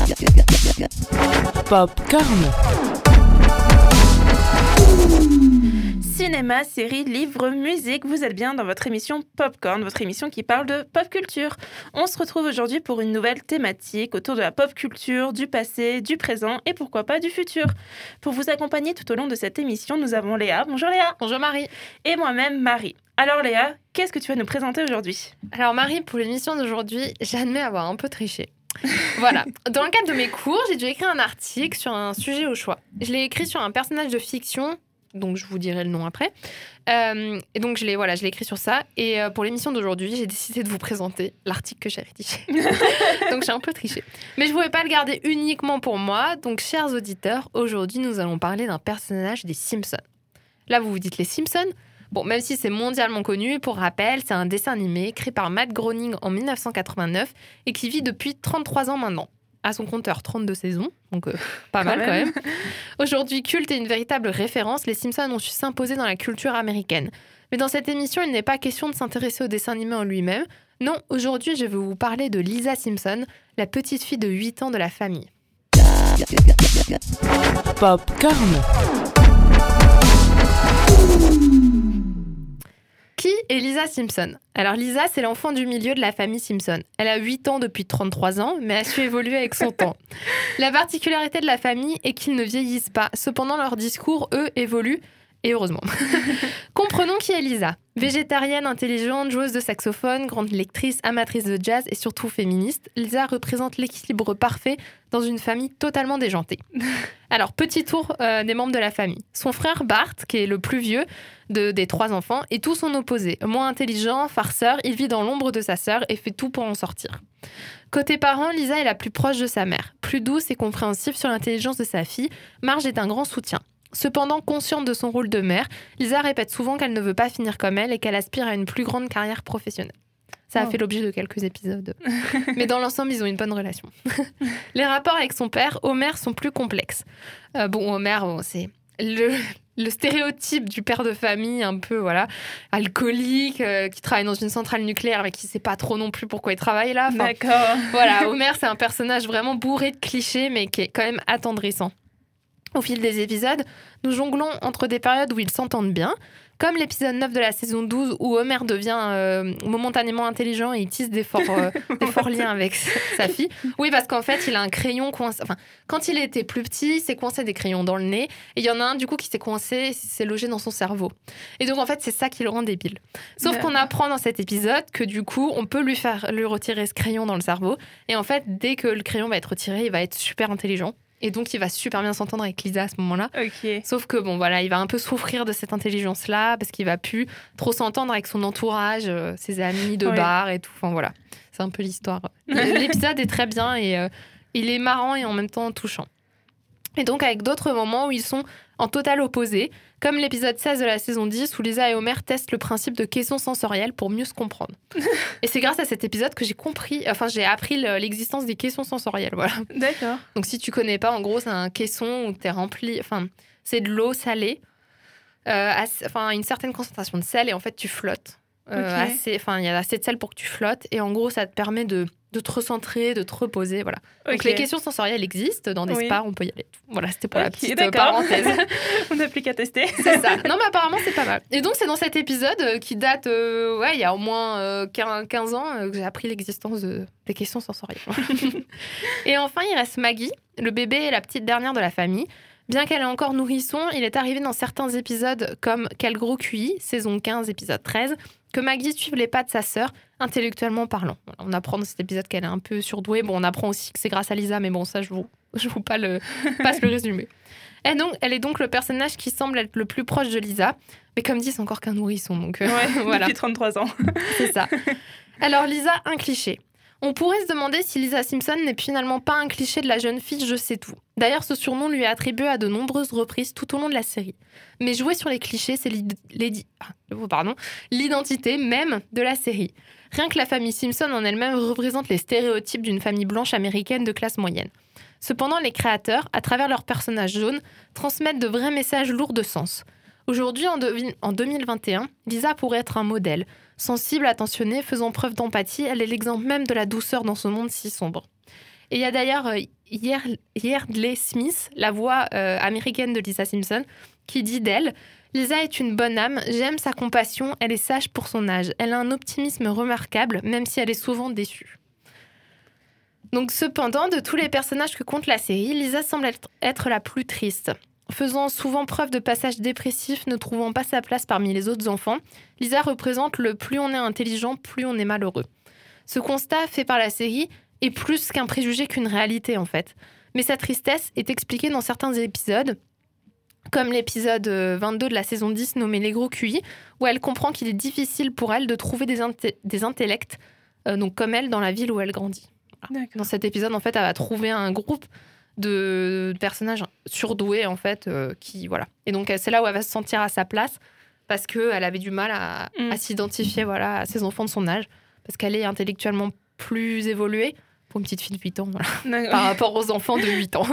Popcorn. Cinéma, séries, livres, musique, vous êtes bien dans votre émission Popcorn, votre émission qui parle de pop culture. On se retrouve aujourd'hui pour une nouvelle thématique autour de la pop culture, du passé, du présent et pourquoi pas du futur. Pour vous accompagner tout au long de cette émission, nous avons Léa. Bonjour Léa. Bonjour Marie. Et moi-même Marie. Alors Léa, qu'est-ce que tu vas nous présenter aujourd'hui ? Alors Marie, pour l'émission d'aujourd'hui, j'admets avoir un peu triché. Voilà. Dans le cadre de mes cours, j'ai dû écrire un article sur un sujet au choix. Je l'ai écrit sur un personnage de fiction, donc je vous dirai le nom après. Et donc je l'ai écrit sur ça. Et pour l'émission d'aujourd'hui, j'ai décidé de vous présenter l'article que j'ai rédigé. Donc j'ai un peu triché. Mais je ne pouvais pas le garder uniquement pour moi. Donc chers auditeurs, aujourd'hui nous allons parler d'un personnage des Simpsons. Là vous vous dites les Simpsons ? Bon, même si c'est mondialement connu, pour rappel, c'est un dessin animé créé par Matt Groening en 1989 et qui vit depuis 33 ans maintenant. À son compteur, 32 saisons, donc pas mal quand même. Aujourd'hui, culte et une véritable référence, les Simpsons ont su s'imposer dans la culture américaine. Mais dans cette émission, il n'est pas question de s'intéresser au dessin animé en lui-même. Non, aujourd'hui, je vais vous parler de Lisa Simpson, la petite fille de 8 ans de la famille. Popcorn. Qui est Lisa Simpson ? Alors Lisa, c'est l'enfant du milieu de la famille Simpson. Elle a 8 ans depuis 33 ans, mais a su évoluer avec son temps. La particularité de la famille est qu'ils ne vieillissent pas. Cependant, leurs discours, eux, évoluent. Et heureusement. Comprenons qui est Lisa. Végétarienne, intelligente, joueuse de saxophone, grande lectrice, amatrice de jazz et surtout féministe, Lisa représente l'équilibre parfait dans une famille totalement déjantée. Alors, petit tour des membres de la famille. Son frère Bart, qui est le plus vieux des 3 enfants, est tout son opposé. Moins intelligent, farceur, il vit dans l'ombre de sa sœur et fait tout pour en sortir. Côté parents, Lisa est la plus proche de sa mère. Plus douce et compréhensive sur l'intelligence de sa fille, Marge est un grand soutien. Cependant, consciente de son rôle de mère, Lisa répète souvent qu'elle ne veut pas finir comme elle et qu'elle aspire à une plus grande carrière professionnelle. Ça a fait l'objet de quelques épisodes. Mais dans l'ensemble, ils ont une bonne relation. Les rapports avec son père, Homer, sont plus complexes. Homer, c'est le stéréotype du père de famille, un peu alcoolique, qui travaille dans une centrale nucléaire, mais qui ne sait pas trop non plus pourquoi il travaille là. D'accord. Voilà, Homer, c'est un personnage vraiment bourré de clichés, mais qui est quand même attendrissant. Au fil des épisodes, nous jonglons entre des périodes où ils s'entendent bien, comme l'épisode 9 de la saison 12 où Homer devient momentanément intelligent et il tisse des forts liens avec sa fille. Oui, parce qu'en fait, il a un crayon coincé. Enfin, quand il était plus petit, il s'est coincé des crayons dans le nez et il y en a un du coup qui s'est coincé, s'est logé dans son cerveau. Et donc en fait, c'est ça qui le rend débile. Sauf qu'on apprend dans cet épisode que du coup, on peut lui retirer ce crayon dans le cerveau et en fait, dès que le crayon va être retiré, il va être super intelligent. Et donc, il va super bien s'entendre avec Lisa à ce moment-là. Okay. Sauf que, il va un peu souffrir de cette intelligence-là parce qu'il va plus trop s'entendre avec son entourage, ses amis de bar et tout. Enfin, voilà. C'est un peu l'histoire. L'épisode est très bien et il est marrant et en même temps touchant. Et donc, avec d'autres moments où ils sont en total opposé, comme l'épisode 16 de la saison 10 où Lisa et Homer testent le principe de caisson sensorielle pour mieux se comprendre. Et c'est grâce à cet épisode que j'ai appris l'existence des caissons sensorielles. Voilà. D'accord. Donc si tu connais pas, en gros, c'est un caisson où t'es rempli, c'est de l'eau salée, une certaine concentration de sel et en fait tu flottes. Il y a assez de sel pour que tu flottes et en gros ça te permet de te recentrer, de te reposer, voilà. Okay. Donc les questions sensorielles existent, dans des spas on peut y aller. Voilà, c'était pour la petite parenthèse. On n'a plus qu'à tester. C'est ça. Non mais apparemment c'est pas mal. Et donc c'est dans cet épisode qui date, il y a au moins 15 ans que j'ai appris l'existence des questions sensorielles. Et enfin il reste Maggie, le bébé et la petite dernière de la famille. Bien qu'elle ait encore nourrisson, il est arrivé dans certains épisodes comme Quel gros QI, saison 15, épisode 13, que Maggie suive les pas de sa sœur, intellectuellement parlant. On apprend dans cet épisode qu'elle est un peu surdouée. Bon, on apprend aussi que c'est grâce à Lisa, mais bon, ça, je vous passe le résumé. Elle est donc le personnage qui semble être le plus proche de Lisa. Mais comme dit, c'est encore qu'un nourrisson. Donc, voilà. Depuis 33 ans. C'est ça. Alors, Lisa, un cliché. On pourrait se demander si Lisa Simpson n'est finalement pas un cliché de la jeune fille je sais tout. D'ailleurs, ce surnom lui est attribué à de nombreuses reprises tout au long de la série. Mais jouer sur les clichés, c'est l'identité même de la série. Rien que la famille Simpson en elle-même représente les stéréotypes d'une famille blanche américaine de classe moyenne. Cependant, les créateurs, à travers leurs personnages jaunes, transmettent de vrais messages lourds de sens. Aujourd'hui, en 2021, Lisa pourrait être un modèle. Sensible, attentionnée, faisant preuve d'empathie, elle est l'exemple même de la douceur dans ce monde si sombre. Et il y a d'ailleurs Yeardley Smith, la voix américaine de Lisa Simpson, qui dit d'elle: Lisa est une bonne âme, j'aime sa compassion, elle est sage pour son âge. Elle a un optimisme remarquable, même si elle est souvent déçue. Donc cependant, de tous les personnages que compte la série, Lisa semble être la plus triste. Faisant souvent preuve de passage dépressif, ne trouvant pas sa place parmi les autres enfants, Lisa représente le plus on est intelligent, plus on est malheureux. Ce constat fait par la série est plus qu'un préjugé qu'une réalité en fait. Mais sa tristesse est expliquée dans certains épisodes, comme l'épisode 22 de la saison 10 nommé Les Gros QI, où elle comprend qu'il est difficile pour elle de trouver des intellects, donc comme elle, dans la ville où elle grandit. Dans cet épisode, en fait, elle va trouver un groupe de personnages surdoués, en fait, qui, voilà. Et donc, c'est là où elle va se sentir à sa place, parce qu'elle avait du mal à s'identifier, voilà, à ses enfants de son âge, parce qu'elle est intellectuellement plus évoluée, pour une petite fille de 8 ans, voilà, par rapport aux enfants de 8 ans.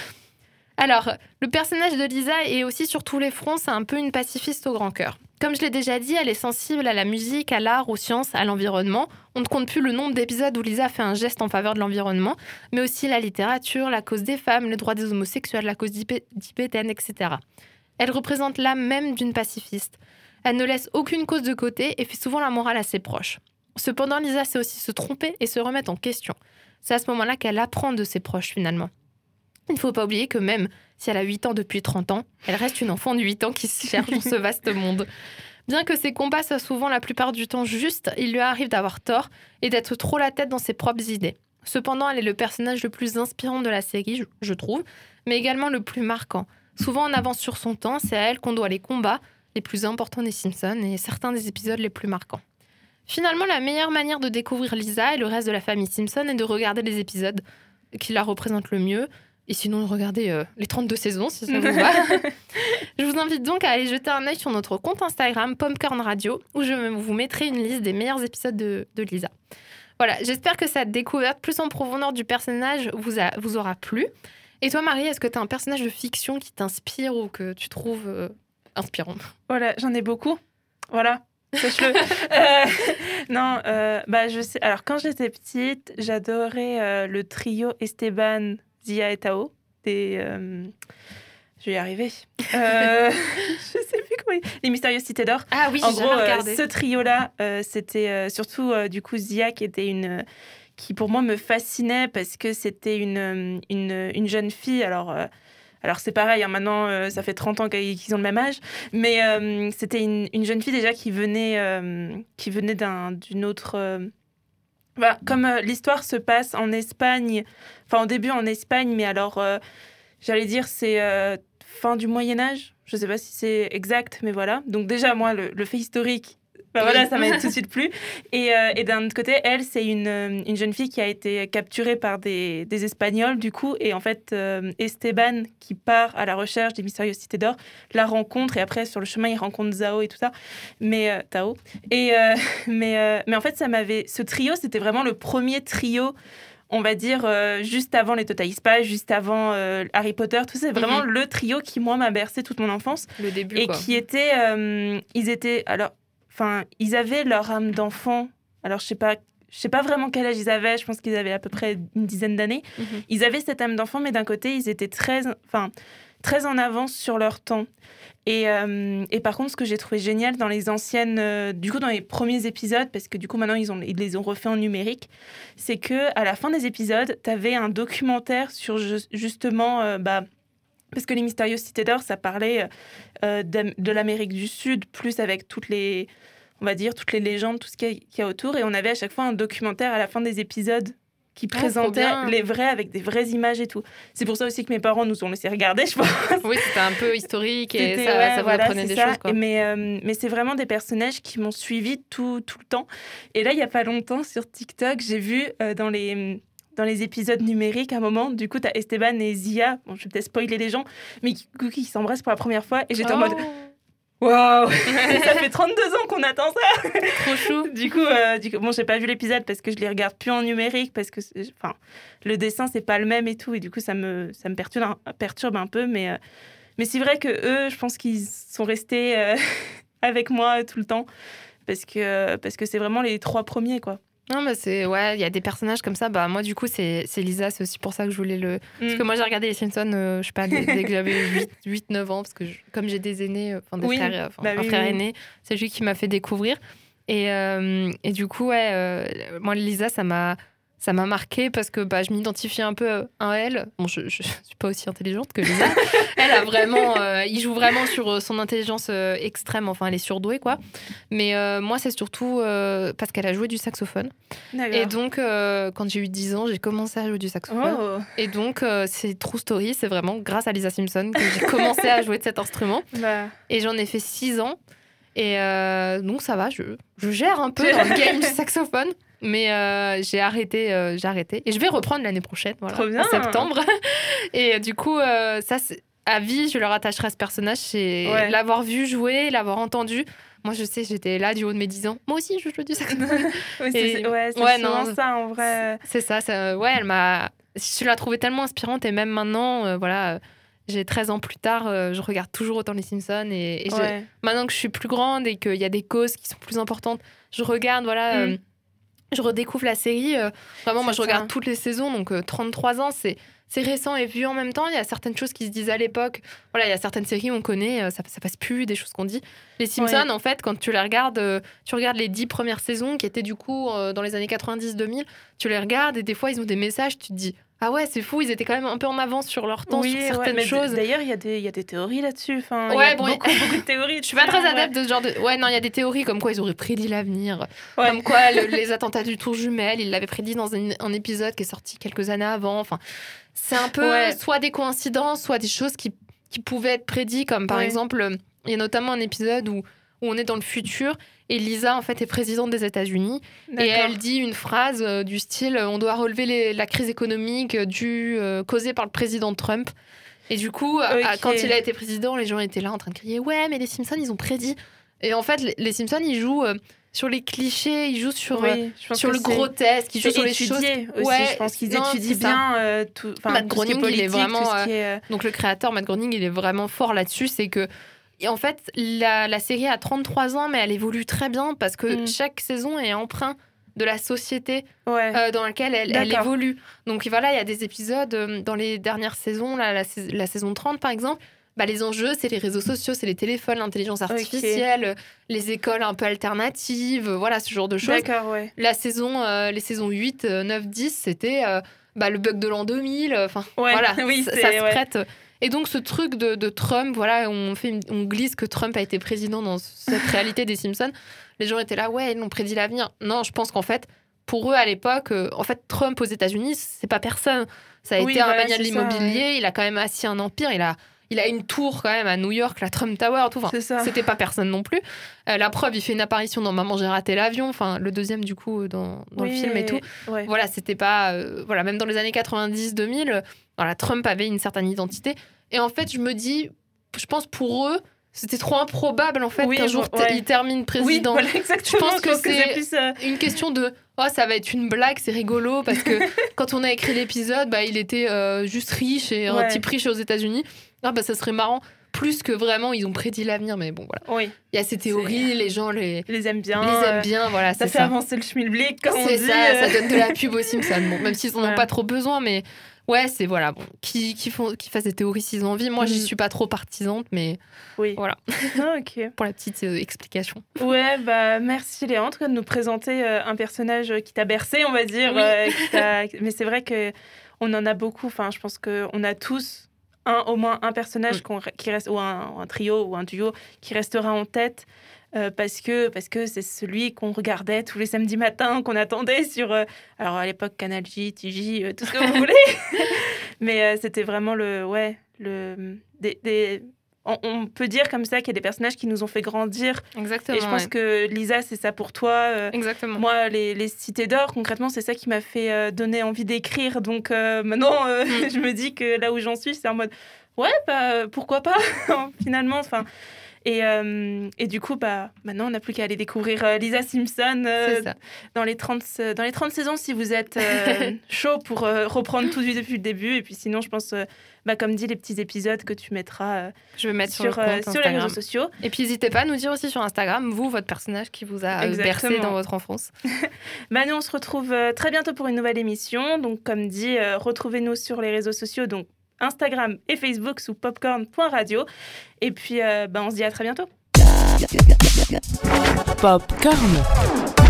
Alors, le personnage de Lisa est aussi sur tous les fronts, c'est un peu une pacifiste au grand cœur. Comme je l'ai déjà dit, elle est sensible à la musique, à l'art, aux sciences, à l'environnement. On ne compte plus le nombre d'épisodes où Lisa fait un geste en faveur de l'environnement, mais aussi la littérature, la cause des femmes, les droits des homosexuels, la cause tibétaine, etc. Elle représente l'âme même d'une pacifiste. Elle ne laisse aucune cause de côté et fait souvent la morale à ses proches. Cependant, Lisa sait aussi se tromper et se remettre en question. C'est à ce moment-là qu'elle apprend de ses proches, finalement. Il ne faut pas oublier que même si elle a 8 ans depuis 30 ans, elle reste une enfant de 8 ans qui se cherche dans ce vaste monde. Bien que ses combats soient souvent la plupart du temps justes, il lui arrive d'avoir tort et d'être trop la tête dans ses propres idées. Cependant, elle est le personnage le plus inspirant de la série, je trouve, mais également le plus marquant. Souvent en avance sur son temps, c'est à elle qu'on doit les combats les plus importants des Simpsons et certains des épisodes les plus marquants. Finalement, la meilleure manière de découvrir Lisa et le reste de la famille Simpson est de regarder les épisodes qui la représentent le mieux. Et sinon, regardez les 32 saisons, si ça vous va. Je vous invite donc à aller jeter un œil sur notre compte Instagram, Popcorn Radio, où je vous mettrai une liste des meilleurs épisodes de Lisa. Voilà, j'espère que cette découverte plus en profondeur du personnage vous aura plu. Et toi, Marie, est-ce que tu as un personnage de fiction qui t'inspire ou que tu trouves inspirant ? Voilà, j'en ai beaucoup. Voilà. Sache-le. Non, je sais. Alors, quand j'étais petite, j'adorais le trio Esteban, Zia et Tao. Je vais y arriver. Je sais plus comment. Les Mystérieuses Cités d'Or. Ah oui, en j'ai gros, regardé. ce trio-là, c'était surtout du coup Zia qui était qui pour moi me fascinait parce que c'était une jeune fille. Alors c'est pareil, hein, maintenant ça fait 30 ans qu'ils ont le même âge, mais c'était une jeune fille déjà qui venait d'une autre... Voilà, comme l'histoire se passe en Espagne, enfin au début en Espagne, mais alors j'allais dire c'est fin du Moyen-Âge, je ne sais pas si c'est exact, mais voilà. Donc déjà moi le fait historique, voilà, ça m'a tout de suite plu. Et d'un autre côté, elle, c'est une jeune fille qui a été capturée par des Espagnols, du coup. Et en fait, Esteban, qui part à la recherche des Mystérieuses Cités d'Or, la rencontre. Et après, sur le chemin, il rencontre Zhao et tout ça. Tao. Mais en fait, ce trio, c'était vraiment le premier trio, on va dire, juste avant les Total Spies, juste avant Harry Potter. Tout ça, c'est vraiment le trio qui, moi, m'a bercé toute mon enfance. Le début, et quoi. qui était... ils étaient... Alors... Enfin, ils avaient leur âme d'enfant. Alors, je sais pas vraiment quel âge ils avaient. Je pense qu'ils avaient à peu près une dizaine d'années. Ils avaient cette âme d'enfant, mais d'un côté, ils étaient très en avance sur leur temps. Et par contre, ce que j'ai trouvé génial dans les anciennes... dans les premiers épisodes, parce que du coup, maintenant, ils les ont refaits en numérique, c'est qu'à la fin des épisodes, tu avais un documentaire sur justement... parce que les Mystérieuses Cités d'Or, ça parlait de l'Amérique du Sud, plus avec toutes les légendes, tout ce qu'il y a autour. Et on avait à chaque fois un documentaire à la fin des épisodes qui présentait les vrais, avec des vraies images et tout. C'est pour ça aussi que mes parents nous ont laissé regarder, je pense. Oui, c'était un peu historique et ça vous apprenait des choses, quoi. Mais c'est vraiment des personnages qui m'ont suivi tout le temps. Et là, il n'y a pas longtemps, sur TikTok, j'ai vu dans les épisodes numériques, à un moment, du coup, tu as Esteban et Zia, bon, je vais peut-être spoiler les gens, mais qui s'embrassent pour la première fois. Et j'étais en mode, waouh, ça fait 32 ans qu'on attend ça. Trop chou. Du coup, bon, j'ai pas vu l'épisode parce que je les regarde plus en numérique, parce que le dessin, c'est pas le même et tout. Et du coup, ça me perturbe un peu. Mais c'est vrai que eux, je pense qu'ils sont restés avec moi tout le temps, parce que c'est vraiment les 3 premiers, quoi. Non, mais il y a des personnages comme ça. Bah, moi, du coup, c'est Lisa. C'est aussi pour ça que je voulais le. Parce que moi, j'ai regardé les Simpsons, je sais pas, dès que j'avais 8-9 ans, parce que comme j'ai des aînés, des frères, un frère aîné, c'est lui qui m'a fait découvrir. Et du coup, moi, Lisa, ça m'a marqué parce que je m'identifiais un peu à elle. Bon, je suis pas aussi intelligente que Lisa. Elle a vraiment, il joue vraiment sur son intelligence extrême. Enfin, elle est surdouée, quoi. Mais moi, c'est surtout parce qu'elle a joué du saxophone. D'accord. Et donc, quand j'ai eu 10 ans, j'ai commencé à jouer du saxophone. Oh. Et donc, c'est true story. C'est vraiment grâce à Lisa Simpson que j'ai commencé à jouer de cet instrument. Et j'en ai fait 6 ans. Et donc, ça va, je gère un peu dans le game du saxophone. Mais j'ai arrêté. Et je vais reprendre l'année prochaine, voilà, Trop bien. en septembre. Et du coup, ça, à vie, je le rattacherai à ce personnage. C'est l'avoir vu jouer, l'avoir entendu. Moi, je sais, j'étais là du haut de mes 10 ans. Moi aussi, je joue du saxophone. C'est souvent ça, en vrai. C'est ça. Elle m'a... Je la trouvais tellement inspirante. Et même maintenant, j'ai 13 ans plus tard, je regarde toujours autant les Simpsons. Et maintenant que je suis plus grande et qu'il y a des causes qui sont plus importantes, je regarde, je redécouvre la série. Vraiment, moi, je regarde toutes les saisons. Donc, 33 ans, c'est récent et vu en même temps. Il y a certaines choses qui se disent à l'époque. Voilà, il y a certaines séries on connaît, ça passe plus, des choses qu'on dit. Les Simpsons, en fait, quand tu les regardes, tu regardes les 10 premières saisons qui étaient du coup dans les années 90-2000. Tu les regardes et des fois, ils ont des messages. Tu te dis, ah ouais, c'est fou, ils étaient quand même un peu en avance sur leur temps, sur certaines choses. D'ailleurs, il y a des théories là-dessus. Enfin, il y a beaucoup de théories. Je suis pas très adepte de ce genre de... Ouais, non, il y a des théories comme quoi ils auraient prédit l'avenir. Comme quoi les attentats du Tour Jumelles, ils l'avaient prédit dans un épisode qui est sorti quelques années avant. Enfin, c'est un peu soit des coïncidences, soit des choses qui pouvaient être prédites. Comme par exemple, il y a notamment un épisode où on est dans le futur et Lisa, en fait, est présidente des États-Unis. Et elle dit une phrase du style « On doit relever la crise économique causée par le président Trump ». Et du coup, quand il a été président, les gens étaient là en train de crier « Ouais, mais les Simpsons, ils ont prédit ». Et en fait, les Simpsons, ils jouent sur les clichés, ils jouent sur le grotesque, ils jouent sur les choses... aussi, je pense qu'ils étudient bien tout. Matt Groening, il est vraiment... Donc le créateur, Matt Groening, il est vraiment fort là-dessus, c'est que et en fait, la série a 33 ans, mais elle évolue très bien parce que chaque saison est empreinte de la société dans laquelle elle évolue. Donc voilà, il y a des épisodes dans les dernières saisons, la saison 30 par exemple, les enjeux, c'est les réseaux sociaux, c'est les téléphones, l'intelligence artificielle, les écoles un peu alternatives, voilà, ce genre de choses. Les saisons 8, 9, 10, c'était le bug de l'an 2000, ça se prête... Et donc, ce truc de Trump, voilà, on glisse que Trump a été président dans cette réalité des Simpsons. Les gens étaient là, ils ont prédit l'avenir. Non, je pense qu'en fait, pour eux, à l'époque, Trump aux États-Unis, c'est pas personne. Ça a été un mania de l'immobilier. Il a quand même assis un empire. Il a une tour quand même à New York, la Trump Tower, tout. Enfin, c'était pas personne non plus. La preuve, il fait une apparition dans Maman, j'ai raté l'avion. Enfin, le deuxième, du coup, dans le film et tout. Voilà, c'était pas... même dans les années 90-2000, Trump avait une certaine identité. Et en fait, je pense pour eux, c'était trop improbable en fait qu'un jour il termine président. Oui, voilà, exactement. Je pense que c'est plus, une question de ça va être une blague, c'est rigolo parce que quand on a écrit l'épisode, il était juste riche et un type riche aux États-Unis. Ça serait marrant. Plus que vraiment, ils ont prédit l'avenir, mais bon, voilà. Il y a ces théories, les gens les aiment bien. Voilà, ça fait avancer le schmilblick, comme on dit. C'est ça, ça donne de la pub aux Simpsons. Bon, même s'ils n'en ont pas trop besoin, mais c'est voilà, bon, qui fassent des théories s'ils ont envie. Moi, j'y suis pas trop partisante, mais voilà. Pour la petite explication. Merci Léa, en tout cas, de nous présenter un personnage qui t'a bercé, on va dire. Mais c'est vrai qu'on en a beaucoup. Enfin, je pense qu'on a tous au moins un personnage qui reste, ou un trio ou un duo qui restera en tête parce que c'est celui qu'on regardait tous les samedis matins, qu'on attendait sur alors à l'époque Canal J, TJ, tout ce que vous voulez. Mais c'était vraiment on peut dire comme ça qu'il y a des personnages qui nous ont fait grandir. Exactement. Et je pense que Lisa, c'est ça pour toi. Exactement. Moi, les Cités d'Or, concrètement, c'est ça qui m'a fait donner envie d'écrire. Donc maintenant, je me dis que là où j'en suis, c'est en mode pourquoi pas finalement. Et du coup, maintenant, on n'a plus qu'à aller découvrir Lisa Simpson C'est ça. dans les 30 saisons si vous êtes chaud pour reprendre tout depuis le début. Et puis sinon, je pense, comme dit, les petits épisodes que tu mettras Je vais mettre sur sur les Instagram. réseaux sociaux. Et puis n'hésitez pas à nous dire aussi sur Instagram, vous, votre personnage qui vous a bercé Exactement. dans votre enfance. Nous, on se retrouve très bientôt pour une nouvelle émission. Donc, comme dit, retrouvez-nous sur les réseaux sociaux, donc Instagram et Facebook sous popcorn.radio. Et puis, on se dit à très bientôt. Popcorn.